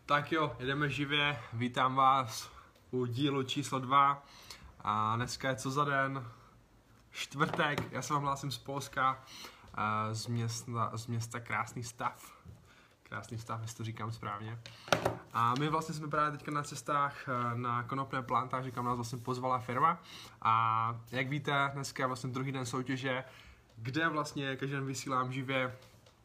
Tak jo, jedeme živě, vítám vás u dílu číslo 2 a dneska je co za den? Čtvrtek, já se vám hlásím z Polska, z města Krásný Stav. Krásný Stav, jestli to říkám správně. A my vlastně jsme právě teďka na cestách na konopné plantáži, kam nás vlastně pozvala firma. A jak víte, dneska je vlastně druhý den soutěže, kde vlastně každý den vysílám živě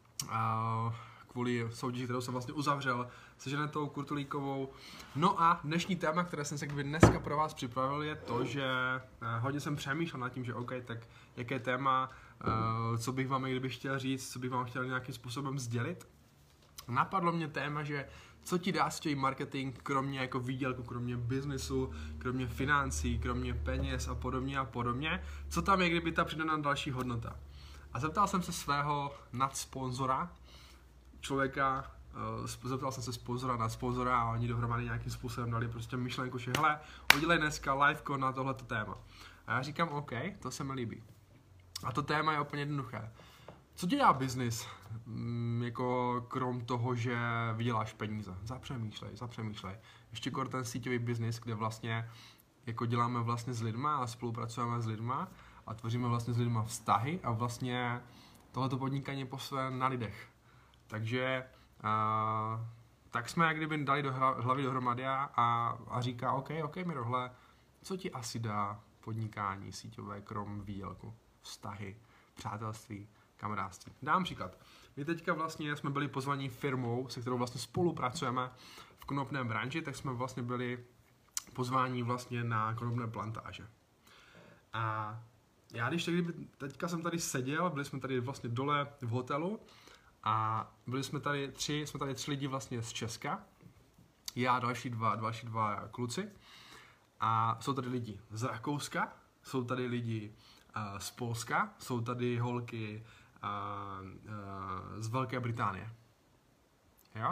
kvůli soutěži, kterou jsem vlastně uzavřel se Ženetou Kurtulíkovou. No a dnešní téma, které jsem se dneska pro vás připravil, je to, že hodně jsem přemýšlel nad tím, že OK, tak jaké téma, co bych vám kdyby chtěl říct, co bych vám chtěl nějakým způsobem sdělit. Napadlo mě téma, že co ti dá síťový marketing, kromě jako výdělku, kromě biznesu, kromě financí, kromě peněz a podobně, co tam je, kdyby ta přidaná další hodnota. A zeptal jsem se svého nadsponzora, člověka, zeptal jsem se sponzora na sponzora a oni dohromady nějakým způsobem dali prostě myšlenku, že hele, udělej dneska liveko na tohleto téma. A já říkám, OK, to se mi líbí. A to téma je úplně jednoduché. Co ti dá biznis, jako krom toho, že vyděláš peníze? Zapřemýšlej. Ještě kor ten síťový biznis, kde vlastně jako děláme vlastně s lidma a spolupracujeme s lidma a tvoříme vlastně s lidma vztahy a vlastně tohleto podnikání je postavené na lidech. Takže tak jsme jak kdyby dali do hlavy dohromady a říká, OK, Mirohle, co ti asi dá podnikání síťové krom výdělku, vztahy, přátelství, kamarádství. Dám příklad. My teďka vlastně jsme byli pozvaní firmou, se kterou vlastně spolupracujeme v konopné branži, tak jsme vlastně byli pozváni vlastně na konopné plantáže. A já když teďka jsem tady seděl, byli jsme tady vlastně dole v hotelu a byli jsme tady tři lidi vlastně z Česka, já další dva kluci a jsou tady lidi z Rakouska, jsou tady lidi z Polska, jsou tady holky z Velké Británie. Jo?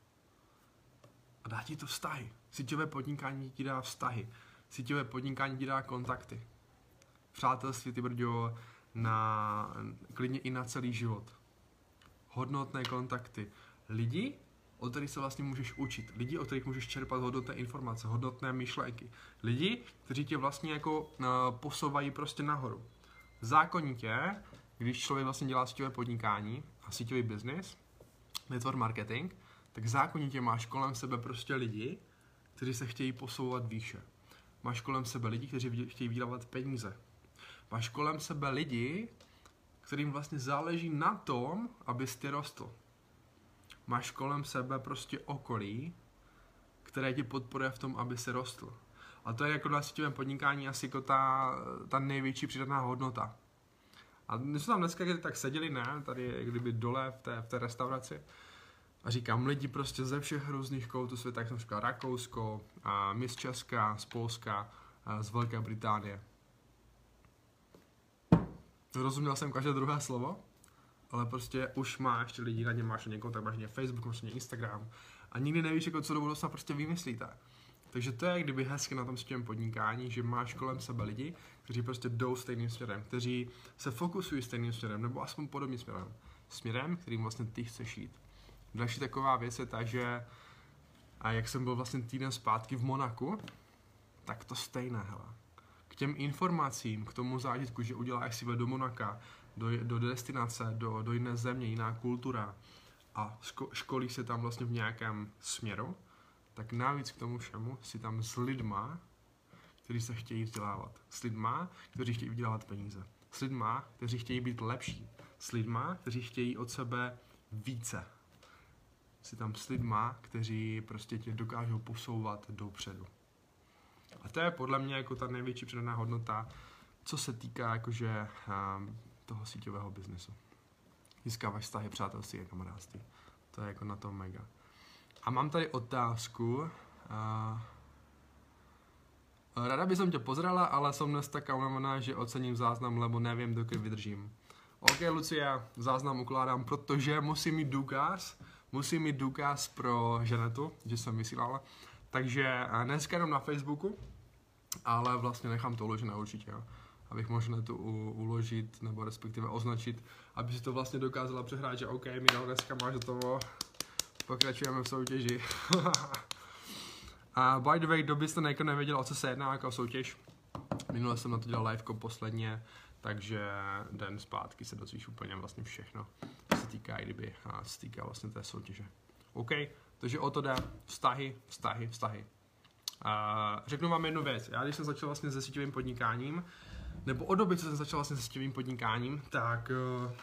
A dá ti to vztahy. Síťové podnikání ti dá vztahy. Síťové podnikání ti dá kontakty. Přátelství, ty brďo, klidně i na celý život. Hodnotné kontakty. Lidi, od kterých se vlastně můžeš učit. Lidi, od kterých můžeš čerpat hodnotné informace, hodnotné myšlenky. Lidi, kteří tě vlastně jako posouvají prostě nahoru. Zákonitě, když člověk vlastně dělá síťové podnikání a síťový business, network marketing, tak zákonitě máš kolem sebe prostě lidi, kteří se chtějí posouvat výše. Máš kolem sebe lidi, kteří chtějí vydělávat peníze. Máš kolem sebe lidi, kterým vlastně záleží na tom, abys ty rostl. Máš kolem sebe prostě okolí, které ti podporuje v tom, aby se rostl. A to je jako na síťovém podnikání asi jako ta největší přidaná hodnota. A my jsme tam dneska tak seděli, ne, tady kdyby dole v té restauraci. A říkám, lidi prostě ze všech různých koutů světa, jak jsem říkal, Rakousko, my z Česka, z Polska, z Velké Británie. Rozuměl jsem každé druhé slovo, ale prostě už máš ty lidi, na ně máš někoho, tak máš ně Facebook, máš ně Instagram a nikdy nevíš, jako co do budoucna prostě vymyslíte. Takže to je kdyby hezky na tom síťovém podnikání, že máš kolem sebe lidi, kteří prostě jdou stejným směrem, kteří se fokusují stejným směrem, nebo aspoň podobným směrem. Směrem, kterým vlastně ty chceš jít. Další taková věc je ta, že a jak jsem byl vlastně týden zpátky v Monaku, tak to stejné, hele. K těm informacím, k tomu zážitku, že uděláš si do Monaka, do destinace, do jiné země, jiná kultura a školíš se tam vlastně v nějakém směru, tak navíc k tomu všemu si tam s lidma, kteří se chtějí vzdělávat. S lidma, kteří chtějí vydělávat peníze. S lidma, kteří chtějí být lepší. S lidma, kteří chtějí od sebe více. Si tam s lidma, kteří prostě tě dokážou posouvat dopředu. A to je podle mě jako ta největší přidaná hodnota, co se týká jakože toho síťového biznesu. Získáváš vztahy, přátelství a kamarádství. To je jako na tom mega. A mám tady otázku. Rada by som tě pozrela, ale som dnes taká unavená, že ocením záznam, lebo nevím, dokud vydržím. OK, Lucia, záznam ukládám, protože musím mít důkaz pro Ženetu, že jsem vysílala. Takže dneska jenom na Facebooku, ale vlastně nechám to uložené určitě, jo. Abych možná tu uložit, nebo respektive označit, aby si to vlastně dokázala přehrát, že OK, Miro, dneska máš hotovo, Pokračujeme v soutěži. A by the way, kdo byste nevěděl, o co se jedná jako soutěž, minule jsem na to dělal liveko posledně, takže den zpátky se dozvíš úplně vlastně všechno, co se týká se týká vlastně té soutěže. OK, takže o to jde, vztahy. Řeknu vám jednu věc, já když jsem začal vlastně se síťovým podnikáním, nebo od doby, co jsem začal vlastně se síťovým podnikáním, tak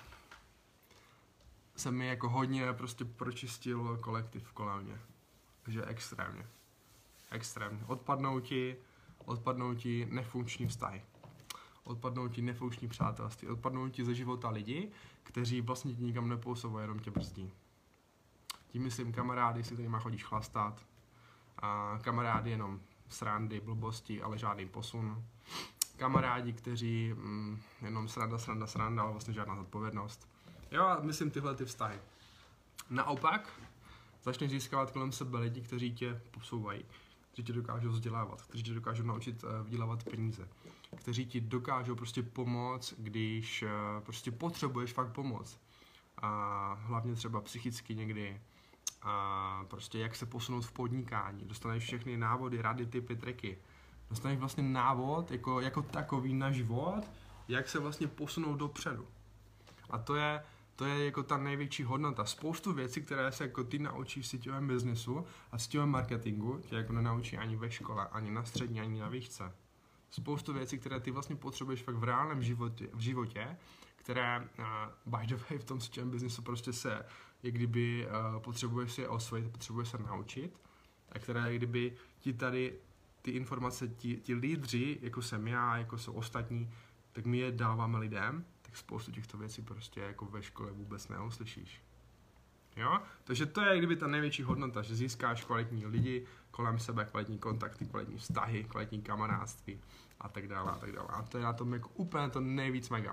se mi jako hodně prostě pročistil kolektiv kolem mě. Takže extrémně. Odpadnou ti nefunkční vztahy. Odpadnou ti nefunkční přátelství. Odpadnou ti ze života lidi, kteří vlastně ti nikam neposouvají, jenom tě brzdí. Tím myslím kamarády, si kterýma chodíš chlastat. A kamarády jenom srandy, blbosti, ale žádný posun. Kamarádi, kteří jenom sranda, ale vlastně žádná zodpovědnost. Jo, myslím tyhle ty vztahy. Naopak, začneš získávat kolem sebe lidi, kteří tě posouvají, kteří tě dokážou vzdělávat, kteří tě dokážou naučit vydělávat peníze, kteří ti dokážou prostě pomoct, když prostě potřebuješ fakt pomoc. A hlavně třeba psychicky někdy. A prostě jak se posunout v podnikání. Dostaneš všechny návody, rady, tipy, triky. Dostaneš vlastně návod jako takový na život, jak se vlastně posunout dopředu. A to je jako ta největší hodnota. Spoustu věcí, které se jako ty naučíš v síťovém biznesu a v síťovém marketingu, tě jako nenaučí ani ve škole, ani na střední, ani na výšce. Spoustu věcí, které ty vlastně potřebuješ fakt v reálném životě, které by the way v tom síťovém biznesu prostě se, jak kdyby potřebuješ si je osvojit, potřebuješ se naučit, a které, kdyby ti tady ty informace, ti lídři, jako jsem já, jako jsou ostatní, tak my je dáváme lidem, tak spoustu těchto věcí prostě jako ve škole vůbec neuslyšíš. Jo? Takže to je kdyby ta největší hodnota, že získáš kvalitní lidi kolem sebe, kvalitní kontakty, kvalitní vztahy, kvalitní kamarádství a tak dále a tak dále. A to je na tom jako úplně to nejvíc mega.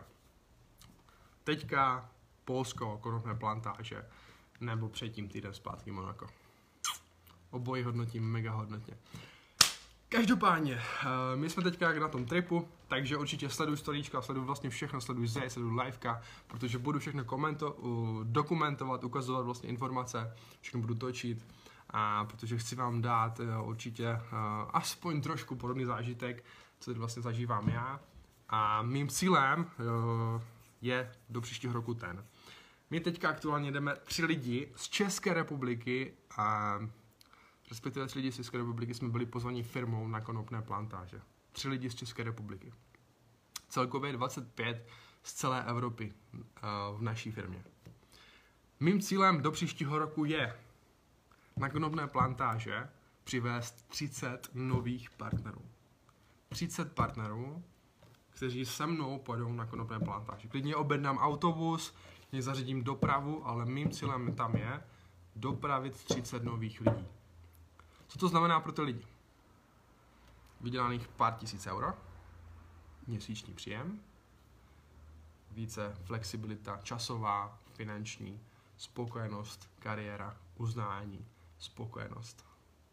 Teďka Polsko, konopné plantáže, nebo předtím týden zpátky Monako. Obojí hodnotím mega hodnotně. Každopádně, my jsme teďka na tom tripu, takže určitě sleduj storíčka, sleduj vlastně všechno, sleduj liveka, protože budu všechno dokumentovat, ukazovat vlastně informace, všechno budu točit, a protože chci vám dát určitě aspoň trošku podobný zážitek, co teď vlastně zažívám já. A mým cílem je do příštího roku ten. My teďka aktuálně jdeme 3 lidi z České republiky a respektive 3 lidi z České republiky jsme byli pozvaní firmou na konopné plantáže. 3 lidi z České republiky. Celkově 25 z celé Evropy v naší firmě. Mým cílem do příštího roku je na konopné plantáže přivést 30 nových partnerů. 30 partnerů, kteří se mnou pojedou na konopné plantáže. Klidně objednám autobus, klidně zařídím dopravu, ale mým cílem tam je dopravit 30 nových lidí. Co to znamená pro ty lidi? Vydělaných pár tisíc euro, měsíční příjem, více flexibilita časová, finanční, spokojenost, kariéra, uznání, spokojenost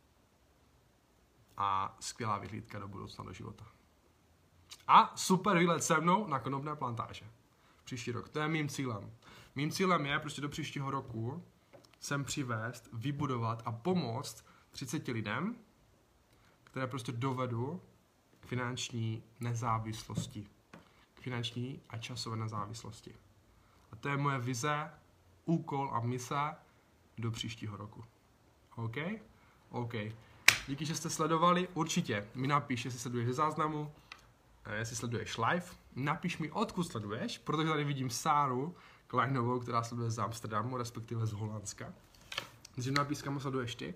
a skvělá vyhlídka do budoucna, do života. A super výlet se mnou na konopné plantáže. Příští rok. To je mým cílem. Mým cílem je prostě do příštího roku sem přivést, vybudovat a pomoct 30 lidem, které prostě dovedu k finanční nezávislosti. K finanční a časové nezávislosti. A to je moje vize, úkol a mise do příštího roku. OK? OK. Díky, že jste sledovali. Určitě mi napiš, jestli sleduješ ze záznamu, jestli sleduješ live. Napiš mi, odkud sleduješ, protože tady vidím Sáru Kleinovou, která sleduje z Amsterdamu, respektive z Holandska. Takže napiš, kam sleduješ ty.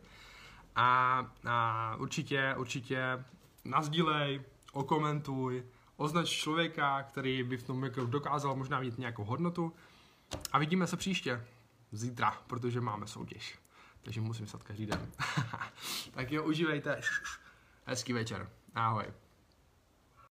A určitě nasdílej, okomentuj, označ člověka, který by v tom jako dokázal možná mít nějakou hodnotu. A vidíme se příště, zítra, protože máme soutěž. Takže musím psát každý den. Tak jo, užívejte. Hezký večer. Ahoj.